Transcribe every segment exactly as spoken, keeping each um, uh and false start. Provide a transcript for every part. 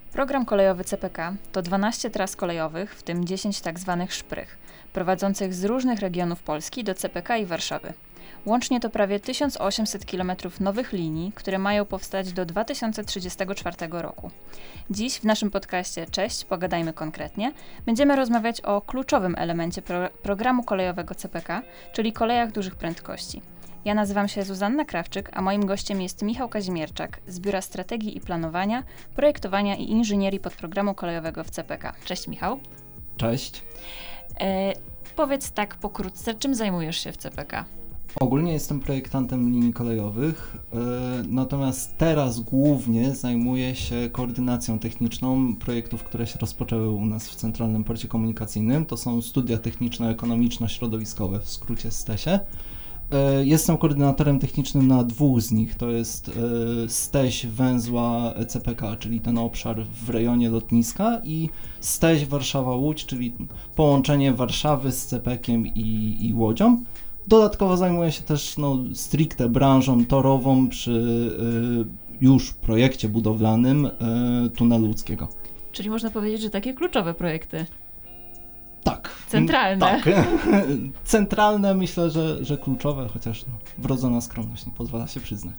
Program kolejowy C P K to dwanaście tras kolejowych, w tym dziesięć tak zwanych szprych, prowadzących z różnych regionów Polski do C P K i Warszawy. Łącznie to prawie tysiąc osiemset kilometrów nowych linii, które mają powstać do dwa tysiące trzydziestego czwartego roku. Dziś w naszym podcaście Cześć, pogadajmy konkretnie, będziemy rozmawiać o kluczowym elemencie pro- programu kolejowego C P K, czyli kolejach dużych prędkości. Ja nazywam się Zuzanna Krawczyk, a moim gościem jest Michał Kazimierczak z Biura Strategii i Planowania, Projektowania i Inżynierii Podprogramu Kolejowego w C P K. Cześć Michał. Cześć. E, powiedz tak pokrótce, czym zajmujesz się w C P K? Ogólnie jestem projektantem linii kolejowych, yy, natomiast teraz głównie zajmuję się koordynacją techniczną projektów, które się rozpoczęły u nas w Centralnym Porcie Komunikacyjnym. To są studia techniczno-ekonomiczno-środowiskowe, w skrócie STEŚ-ie. Yy, jestem koordynatorem technicznym na dwóch z nich, to jest yy, STEŚ węzła C P K, czyli ten obszar w rejonie lotniska, i STEŚ Warszawa-Łódź, czyli połączenie Warszawy z C P K-iem i, i Łodzią. Dodatkowo zajmuję się też no, stricte branżą torową przy y, już projekcie budowlanym y, tunelu łódzkiego. Czyli można powiedzieć, że takie kluczowe projekty. Tak. Centralne. Tak. Centralne, myślę, że, że kluczowe, chociaż no, wrodzona skromność nie pozwala się przyznać.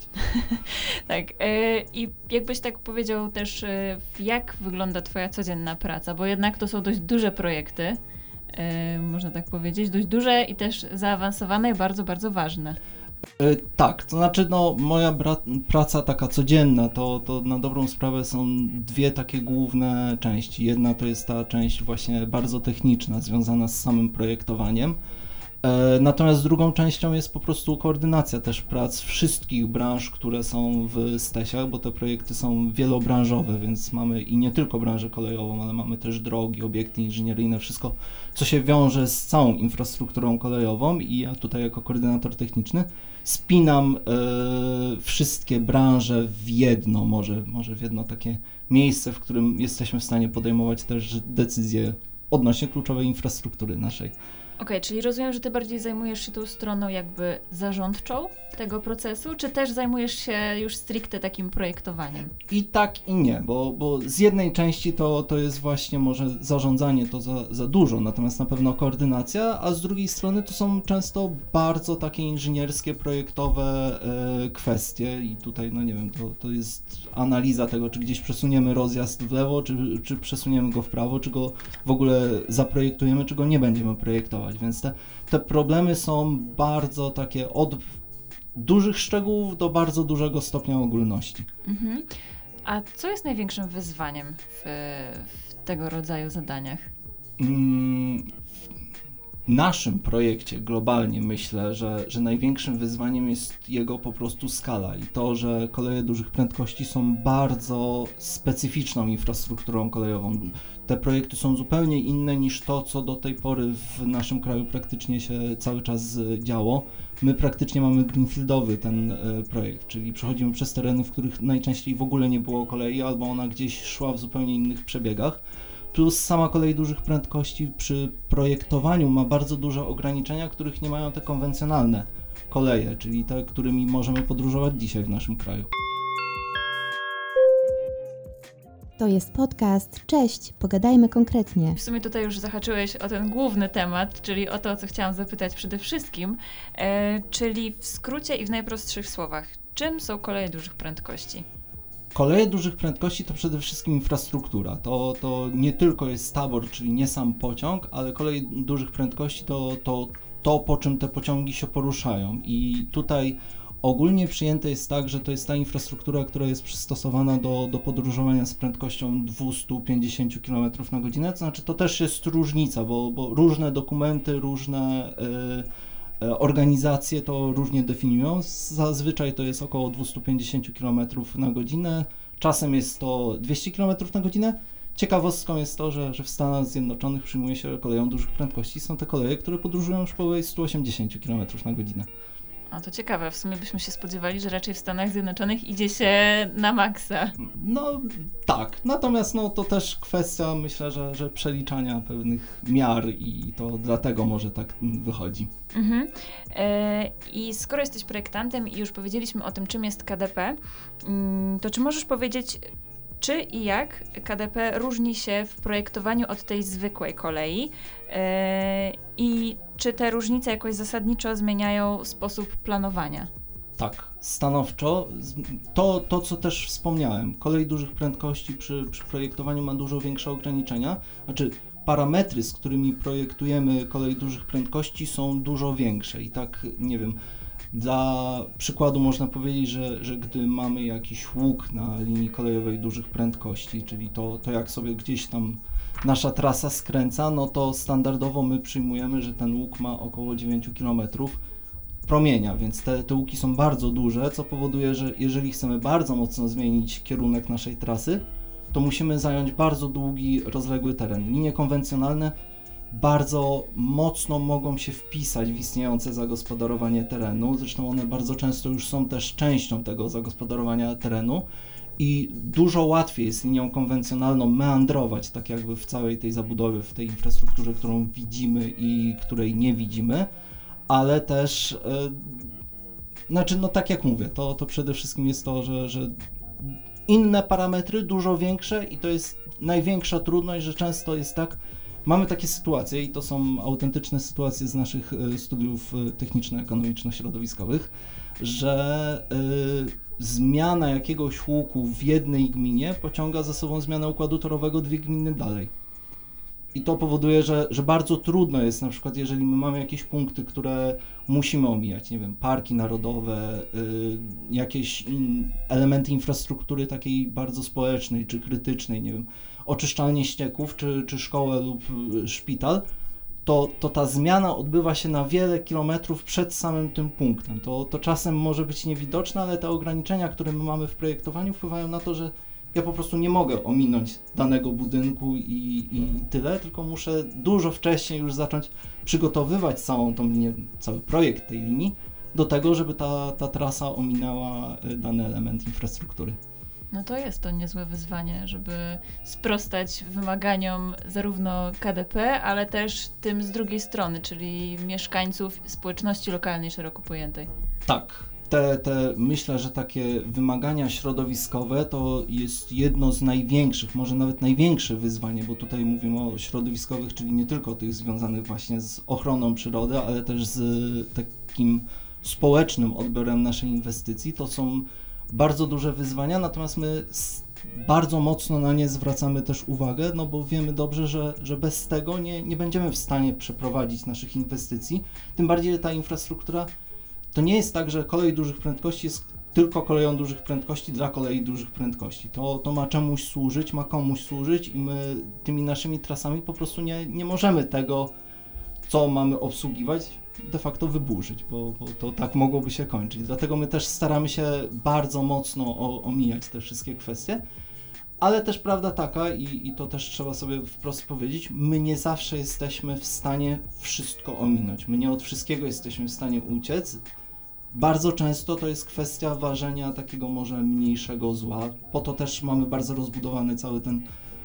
Tak. Yy, I jakbyś tak powiedział też, yy, jak wygląda twoja codzienna praca, bo jednak to są dość duże projekty. Yy, można tak powiedzieć, dość duże i też zaawansowane i bardzo, bardzo ważne. Yy, tak, to znaczy no moja bra- praca taka codzienna, to, to na dobrą sprawę są dwie takie główne części. Jedna to jest ta część właśnie bardzo techniczna, związana z samym projektowaniem. E, natomiast drugą częścią jest po prostu koordynacja też prac wszystkich branż, które są w STEŚ-ach, bo te projekty są wielobranżowe, więc mamy i nie tylko branżę kolejową, ale mamy też drogi, obiekty inżynieryjne, wszystko, co się wiąże z całą infrastrukturą kolejową, i ja tutaj jako koordynator techniczny spinam e, wszystkie branże w jedno, może, może w jedno takie miejsce, w którym jesteśmy w stanie podejmować też decyzje odnośnie kluczowej infrastruktury naszej. Okej, okay, czyli rozumiem, że ty bardziej zajmujesz się tą stroną jakby zarządczą tego procesu, czy też zajmujesz się już stricte takim projektowaniem? I tak i nie, bo, bo z jednej części to, to jest właśnie może zarządzanie to za, za dużo, natomiast na pewno koordynacja, a z drugiej strony to są często bardzo takie inżynierskie, projektowe e, kwestie i tutaj, no nie wiem, to, to jest analiza tego, czy gdzieś przesuniemy rozjazd w lewo, czy, czy przesuniemy go w prawo, czy go w ogóle zaprojektujemy, czy go nie będziemy projektować. Więc te, te problemy są bardzo takie od dużych szczegółów do bardzo dużego stopnia ogólności. Mhm. A co jest największym wyzwaniem w, w tego rodzaju zadaniach? Mm, w naszym projekcie globalnie myślę, że, że największym wyzwaniem jest jego po prostu skala i to, że koleje dużych prędkości są bardzo specyficzną infrastrukturą kolejową. Te projekty są zupełnie inne niż to, co do tej pory w naszym kraju praktycznie się cały czas działo. My praktycznie mamy greenfieldowy ten projekt, czyli przechodzimy przez tereny, w których najczęściej w ogóle nie było kolei, albo ona gdzieś szła w zupełnie innych przebiegach. Plus sama kolej dużych prędkości przy projektowaniu ma bardzo duże ograniczenia, których nie mają te konwencjonalne koleje, czyli te, którymi możemy podróżować dzisiaj w naszym kraju. To jest podcast Cześć, pogadajmy konkretnie. W sumie tutaj już zahaczyłeś o ten główny temat, czyli o to, o co chciałam zapytać przede wszystkim, e, czyli w skrócie i w najprostszych słowach. Czym są koleje dużych prędkości? Koleje dużych prędkości to przede wszystkim infrastruktura. To, to nie tylko jest tabor, czyli nie sam pociąg, ale koleje dużych prędkości to, to to, po czym te pociągi się poruszają. I tutaj ogólnie przyjęte jest tak, że to jest ta infrastruktura, która jest przystosowana do, do podróżowania z prędkością dwieście pięćdziesiąt kilometrów na godzinę. To znaczy to też jest różnica, bo, bo różne dokumenty, różne y, y, organizacje to różnie definiują. Zazwyczaj to jest około dwieście pięćdziesiąt kilometrów na godzinę, czasem jest to dwieście kilometrów na godzinę. Ciekawostką jest to, że, że w Stanach Zjednoczonych przyjmuje się koleją dużych prędkości. Są te koleje, które podróżują już powyżej sto osiemdziesiąt kilometrów na godzinę. A to ciekawe, w sumie byśmy się spodziewali, że raczej w Stanach Zjednoczonych idzie się na maksa. No tak, natomiast no, to też kwestia, myślę, że, że przeliczania pewnych miar i to dlatego może tak wychodzi. Mhm. E, I skoro jesteś projektantem i już powiedzieliśmy o tym, czym jest K D P, to czy możesz powiedzieć, Czy i jak K D P różni się w projektowaniu od tej zwykłej kolei yy, i czy te różnice jakoś zasadniczo zmieniają sposób planowania? Tak, stanowczo. To, to co też wspomniałem, kolej dużych prędkości przy, przy projektowaniu ma dużo większe ograniczenia, znaczy parametry, z którymi projektujemy kolej dużych prędkości są dużo większe i tak, nie wiem, dla przykładu można powiedzieć, że, że gdy mamy jakiś łuk na linii kolejowej dużych prędkości, czyli to, to jak sobie gdzieś tam nasza trasa skręca, no to standardowo my przyjmujemy, że ten łuk ma około dziewięć kilometrów promienia, więc te, te łuki są bardzo duże, co powoduje, że jeżeli chcemy bardzo mocno zmienić kierunek naszej trasy, to musimy zająć bardzo długi, rozległy teren. Linie konwencjonalne bardzo mocno mogą się wpisać w istniejące zagospodarowanie terenu, zresztą one bardzo często już są też częścią tego zagospodarowania terenu i dużo łatwiej jest linią konwencjonalną meandrować tak jakby w całej tej zabudowie, w tej infrastrukturze, którą widzimy i której nie widzimy, ale też, yy, znaczy no tak jak mówię, to, to przede wszystkim jest to, że, że inne parametry, dużo większe i to jest największa trudność, że często jest tak, mamy takie sytuacje i to są autentyczne sytuacje z naszych y, studiów y, techniczno-ekonomiczno-środowiskowych, że y, zmiana jakiegoś łuku w jednej gminie pociąga za sobą zmianę układu torowego dwie gminy dalej. I to powoduje, że, że bardzo trudno jest, na przykład jeżeli my mamy jakieś punkty, które musimy omijać, nie wiem, parki narodowe, y, jakieś in, elementy infrastruktury takiej bardzo społecznej czy krytycznej, nie wiem, oczyszczalnie ścieków, czy, czy szkołę lub y, szpital, to, to ta zmiana odbywa się na wiele kilometrów przed samym tym punktem. To, to czasem może być niewidoczne, ale te ograniczenia, które my mamy w projektowaniu, wpływają na to, że ja po prostu nie mogę ominąć danego budynku i, i tyle, tylko muszę dużo wcześniej już zacząć przygotowywać całą tą linię, cały projekt tej linii do tego, żeby ta, ta trasa ominęła dany element infrastruktury. No to jest to niezłe wyzwanie, żeby sprostać wymaganiom zarówno K D P, ale też tym z drugiej strony, czyli mieszkańców społeczności lokalnej szeroko pojętej. Tak. Te, te, myślę, że takie wymagania środowiskowe to jest jedno z największych, może nawet największe wyzwanie, bo tutaj mówimy o środowiskowych, czyli nie tylko tych związanych właśnie z ochroną przyrody, ale też z takim społecznym odbiorem naszej inwestycji. To są bardzo duże wyzwania, natomiast my bardzo mocno na nie zwracamy też uwagę, no bo wiemy dobrze, że, że bez tego nie, nie będziemy w stanie przeprowadzić naszych inwestycji, tym bardziej, że ta infrastruktura to nie jest tak, że kolej dużych prędkości jest tylko koleją dużych prędkości dla kolei dużych prędkości. To, to ma czemuś służyć, ma komuś służyć i my tymi naszymi trasami po prostu nie, nie możemy tego, co mamy obsługiwać, de facto wyburzyć, bo, bo to tak mogłoby się kończyć. Dlatego my też staramy się bardzo mocno o, omijać te wszystkie kwestie, ale też prawda taka i, i to też trzeba sobie wprost powiedzieć, my nie zawsze jesteśmy w stanie wszystko ominąć. My nie od wszystkiego jesteśmy w stanie uciec. Bardzo często to jest kwestia ważenia takiego może mniejszego zła. Po to też mamy bardzo rozbudowany cały ten y,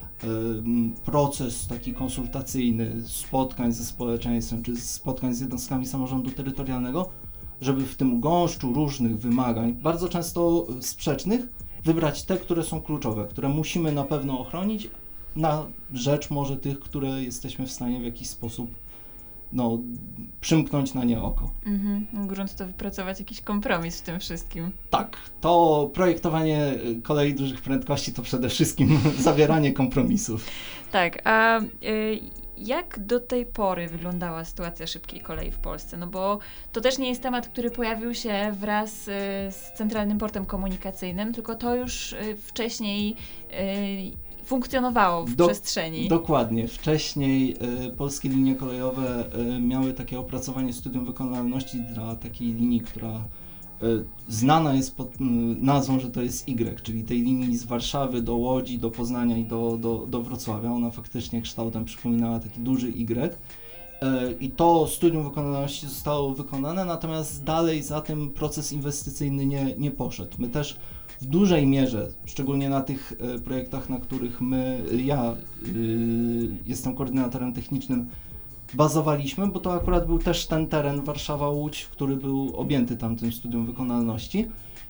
proces taki konsultacyjny, spotkań ze społeczeństwem, czy spotkań z jednostkami samorządu terytorialnego, żeby w tym gąszczu różnych wymagań, bardzo często sprzecznych, wybrać te, które są kluczowe, które musimy na pewno ochronić, na rzecz może tych, które jesteśmy w stanie w jakiś sposób no, przymknąć na nie oko. Mhm. Grunt to wypracować jakiś kompromis w tym wszystkim. Tak, to projektowanie kolei dużych prędkości to przede wszystkim zawieranie kompromisów. Tak, a y, jak do tej pory wyglądała sytuacja szybkiej kolei w Polsce? No bo to też nie jest temat, który pojawił się wraz y, z Centralnym Portem Komunikacyjnym, tylko to już y, wcześniej y, funkcjonowało w Do, przestrzeni. Dokładnie. Wcześniej y, polskie linie kolejowe y, miały takie opracowanie studium wykonalności dla takiej linii, która y, znana jest pod y, nazwą, że to jest Y, czyli tej linii z Warszawy do Łodzi, do Poznania i do, do, do Wrocławia. Ona faktycznie kształtem przypominała taki duży Y. Y, I to studium wykonalności zostało wykonane, natomiast dalej za tym proces inwestycyjny nie, nie poszedł. My też w dużej mierze, szczególnie na tych y, projektach, na których my, ja y, jestem koordynatorem technicznym, bazowaliśmy, bo to akurat był też ten teren Warszawa-Łódź, który był objęty tamtym studium wykonalności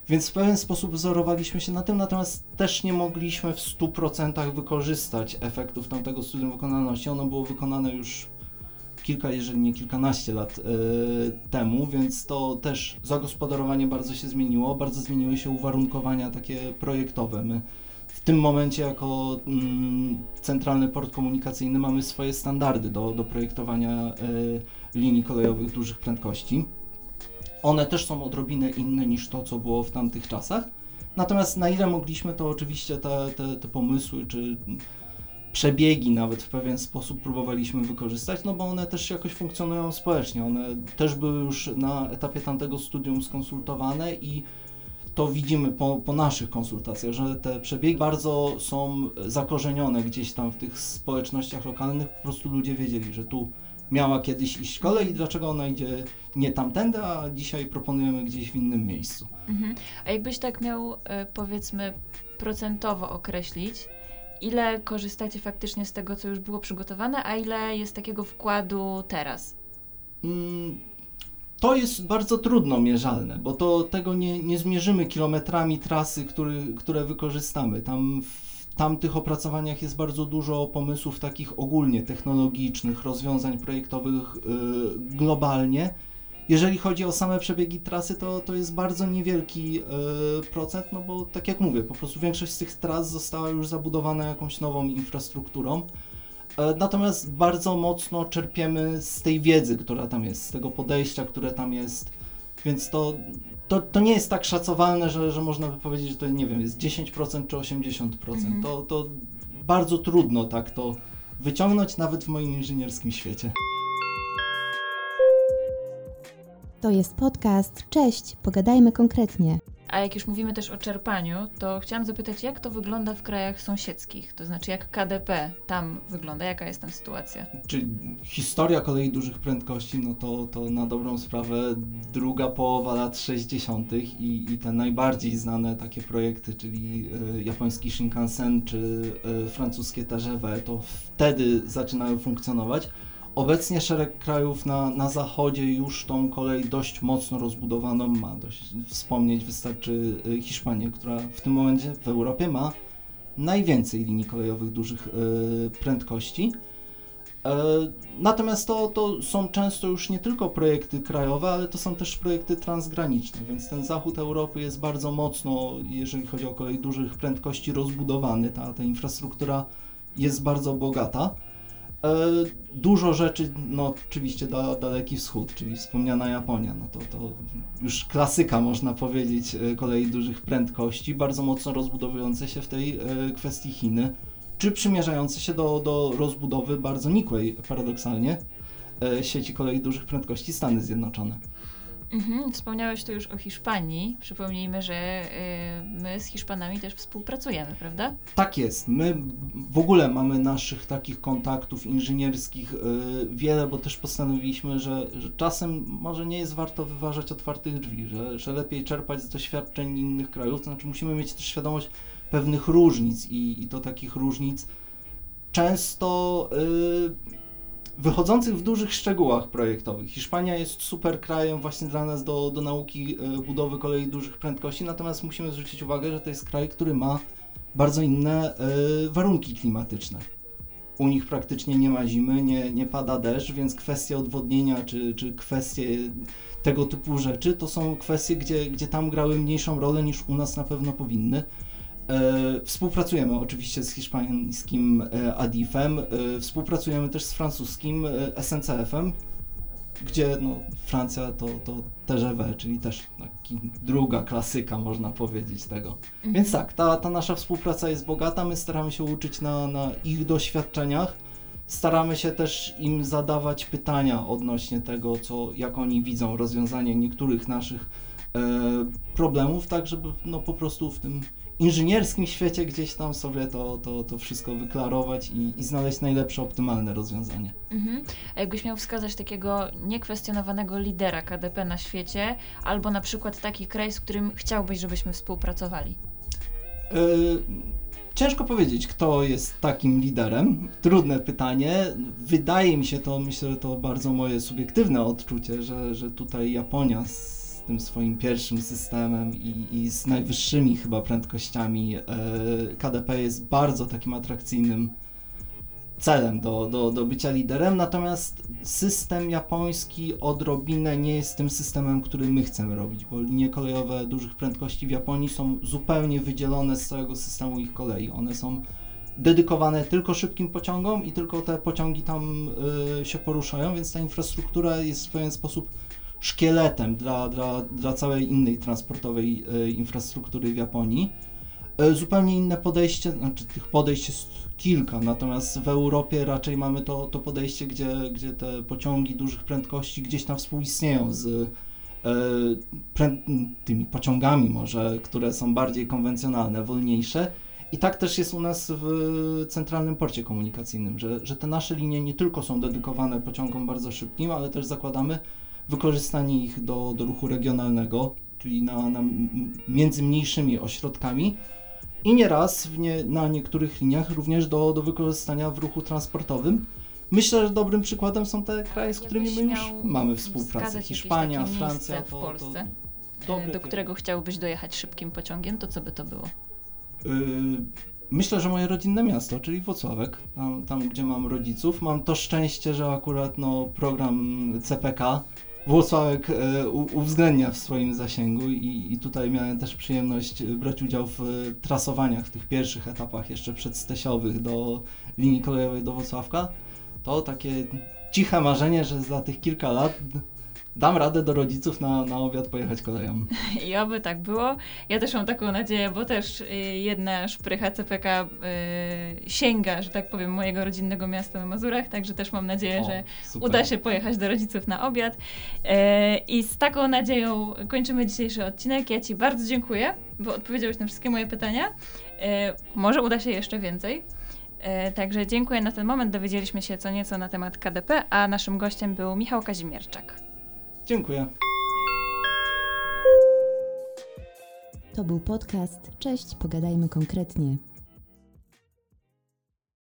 Więc w pewien sposób wzorowaliśmy się na tym, natomiast też nie mogliśmy w stu procentach wykorzystać efektów tamtego studium wykonalności. Ono było wykonane już kilka, jeżeli nie kilkanaście lat yy, temu, więc to też zagospodarowanie bardzo się zmieniło, bardzo zmieniły się uwarunkowania takie projektowe. My w tym momencie jako mm, Centralny Port Komunikacyjny mamy swoje standardy do, do projektowania yy, linii kolejowych dużych prędkości. One też są odrobinę inne niż to, co było w tamtych czasach. Natomiast na ile mogliśmy, to oczywiście te, te, te pomysły czy przebiegi nawet w pewien sposób próbowaliśmy wykorzystać, no bo one też jakoś funkcjonują społecznie. One też były już na etapie tamtego studium skonsultowane i to widzimy po, po naszych konsultacjach, że te przebiegi bardzo są zakorzenione gdzieś tam w tych społecznościach lokalnych. Po prostu ludzie wiedzieli, że tu miała kiedyś iść kolej i dlaczego ona idzie nie tamtędy, a dzisiaj proponujemy gdzieś w innym miejscu. Mhm. A jakbyś tak miał, powiedzmy, procentowo określić, ile korzystacie faktycznie z tego, co już było przygotowane, a ile jest takiego wkładu teraz? Mm, to jest bardzo trudno mierzalne, bo to tego nie, nie zmierzymy kilometrami trasy, który, które wykorzystamy. Tam w tamtych opracowaniach jest bardzo dużo pomysłów takich ogólnie technologicznych, rozwiązań projektowych yy, globalnie. Jeżeli chodzi o same przebiegi trasy, to, to jest bardzo niewielki yy, procent, no bo tak jak mówię, po prostu większość z tych tras została już zabudowana jakąś nową infrastrukturą. Yy, natomiast bardzo mocno czerpiemy z tej wiedzy, która tam jest, z tego podejścia, które tam jest, więc to, to, to nie jest tak szacowalne, że, że można by powiedzieć, że to nie wiem, jest dziesięć procent czy osiemdziesiąt procent. Mhm. To, to bardzo trudno tak to wyciągnąć nawet w moim inżynierskim świecie. To jest podcast. Cześć, pogadajmy konkretnie. A jak już mówimy też o czerpaniu, to chciałam zapytać, jak to wygląda w krajach sąsiedzkich? To znaczy, jak K D P tam wygląda? Jaka jest tam sytuacja? Czy historia kolei dużych prędkości, no to, to na dobrą sprawę druga połowa lat sześćdziesiątych i, i te najbardziej znane takie projekty, czyli y, japoński Shinkansen czy y, francuskie T G V, to wtedy zaczynają funkcjonować. Obecnie szereg krajów na, na zachodzie już tą kolej dość mocno rozbudowaną ma. Dość wspomnieć wystarczy Hiszpanię, która w tym momencie w Europie ma najwięcej linii kolejowych dużych y, prędkości. Y, natomiast to, to są często już nie tylko projekty krajowe, ale to są też projekty transgraniczne, więc ten zachód Europy jest bardzo mocno, jeżeli chodzi o kolej dużych prędkości, rozbudowany. Ta, ta infrastruktura jest bardzo bogata. Dużo rzeczy, no oczywiście da, Daleki Wschód, czyli wspomniana Japonia, no to, to już klasyka można powiedzieć kolei dużych prędkości, bardzo mocno rozbudowujące się w tej kwestii Chiny, czy przymierzające się do, do rozbudowy bardzo nikłej, paradoksalnie, sieci kolei dużych prędkości Stany Zjednoczone. Mhm, wspomniałeś tu już o Hiszpanii. Przypomnijmy, że y, my z Hiszpanami też współpracujemy, prawda? Tak jest. My w ogóle mamy naszych takich kontaktów inżynierskich y, wiele, bo też postanowiliśmy, że, że czasem może nie jest warto wyważać otwartych drzwi, że, że lepiej czerpać z doświadczeń innych krajów, to znaczy musimy mieć też świadomość pewnych różnic i, i to takich różnic często y, wychodzących w dużych szczegółach projektowych. Hiszpania jest super krajem właśnie dla nas do, do nauki y, budowy kolei dużych prędkości, natomiast musimy zwrócić uwagę, że to jest kraj, który ma bardzo inne y, warunki klimatyczne. U nich praktycznie nie ma zimy, nie, nie pada deszcz, więc kwestie odwodnienia czy, czy kwestie tego typu rzeczy to są kwestie, gdzie, gdzie tam grały mniejszą rolę niż u nas na pewno powinny. E, współpracujemy oczywiście z hiszpańskim e, A D I F-em, e, współpracujemy też z francuskim e, S N C F-em, gdzie no, Francja to, to T G V, czyli też taki druga klasyka, można powiedzieć tego. Mhm. Więc tak, ta, ta nasza współpraca jest bogata, my staramy się uczyć na, na ich doświadczeniach, staramy się też im zadawać pytania odnośnie tego, co, jak oni widzą rozwiązanie niektórych naszych e, problemów, tak żeby no, po prostu w tym inżynierskim świecie gdzieś tam sobie to, to, to wszystko wyklarować i, i znaleźć najlepsze, optymalne rozwiązanie. Mhm. A jakbyś miał wskazać takiego niekwestionowanego lidera K D P na świecie, albo na przykład taki kraj, z którym chciałbyś, żebyśmy współpracowali? Yy, ciężko powiedzieć, kto jest takim liderem. Trudne pytanie. Wydaje mi się to, myślę, że to bardzo moje subiektywne odczucie, że, że tutaj Japonia z tym swoim pierwszym systemem i, i z najwyższymi chyba prędkościami K D P jest bardzo takim atrakcyjnym celem do, do, do bycia liderem, natomiast system japoński odrobinę nie jest tym systemem, który my chcemy robić, bo linie kolejowe dużych prędkości w Japonii są zupełnie wydzielone z całego systemu ich kolei. One są dedykowane tylko szybkim pociągom i tylko te pociągi tam y, się poruszają, więc ta infrastruktura jest w pewien sposób szkieletem dla, dla, dla całej innej transportowej y, infrastruktury w Japonii. Y, zupełnie inne podejście, znaczy tych podejść jest kilka, natomiast w Europie raczej mamy to, to podejście, gdzie, gdzie te pociągi dużych prędkości gdzieś tam współistnieją z y, prę, tymi pociągami może, które są bardziej konwencjonalne, wolniejsze. I tak też jest u nas w Centralnym Porcie Komunikacyjnym, że, że te nasze linie nie tylko są dedykowane pociągom bardzo szybkim, ale też zakładamy wykorzystanie ich do, do ruchu regionalnego, czyli na, na, między mniejszymi ośrodkami i nieraz w nie, na niektórych liniach również do, do wykorzystania w ruchu transportowym. Myślę, że dobrym przykładem są te kraje, z którymi my już mamy współpracę. Hiszpania, Francja. W Polsce, to, to do którego chciałbyś dojechać szybkim pociągiem, to co by to było? Myślę, że moje rodzinne miasto, czyli Włocławek, tam, tam gdzie mam rodziców. Mam to szczęście, że akurat no, program C P K Włocławek e, u, uwzględnia w swoim zasięgu i, i tutaj miałem też przyjemność brać udział w e, trasowaniach w tych pierwszych etapach jeszcze przedstesiowych do linii kolejowej do Włocławka. To takie ciche marzenie, że za tych kilka lat dam radę do rodziców na, na obiad pojechać koleją. I oby tak było. Ja też mam taką nadzieję, bo też y, jedna szprycha C P K y, sięga, że tak powiem, mojego rodzinnego miasta na Mazurach, także też mam nadzieję, o, że super. Uda się pojechać do rodziców na obiad. Y, I z taką nadzieją kończymy dzisiejszy odcinek. Ja Ci bardzo dziękuję, bo odpowiedziałeś na wszystkie moje pytania. Y, może uda się jeszcze więcej. Także dziękuję na ten moment. Dowiedzieliśmy się co nieco na temat K D P, a naszym gościem był Michał Kazimierczak. Dziękuję. To był podcast Cześć, pogadajmy konkretnie.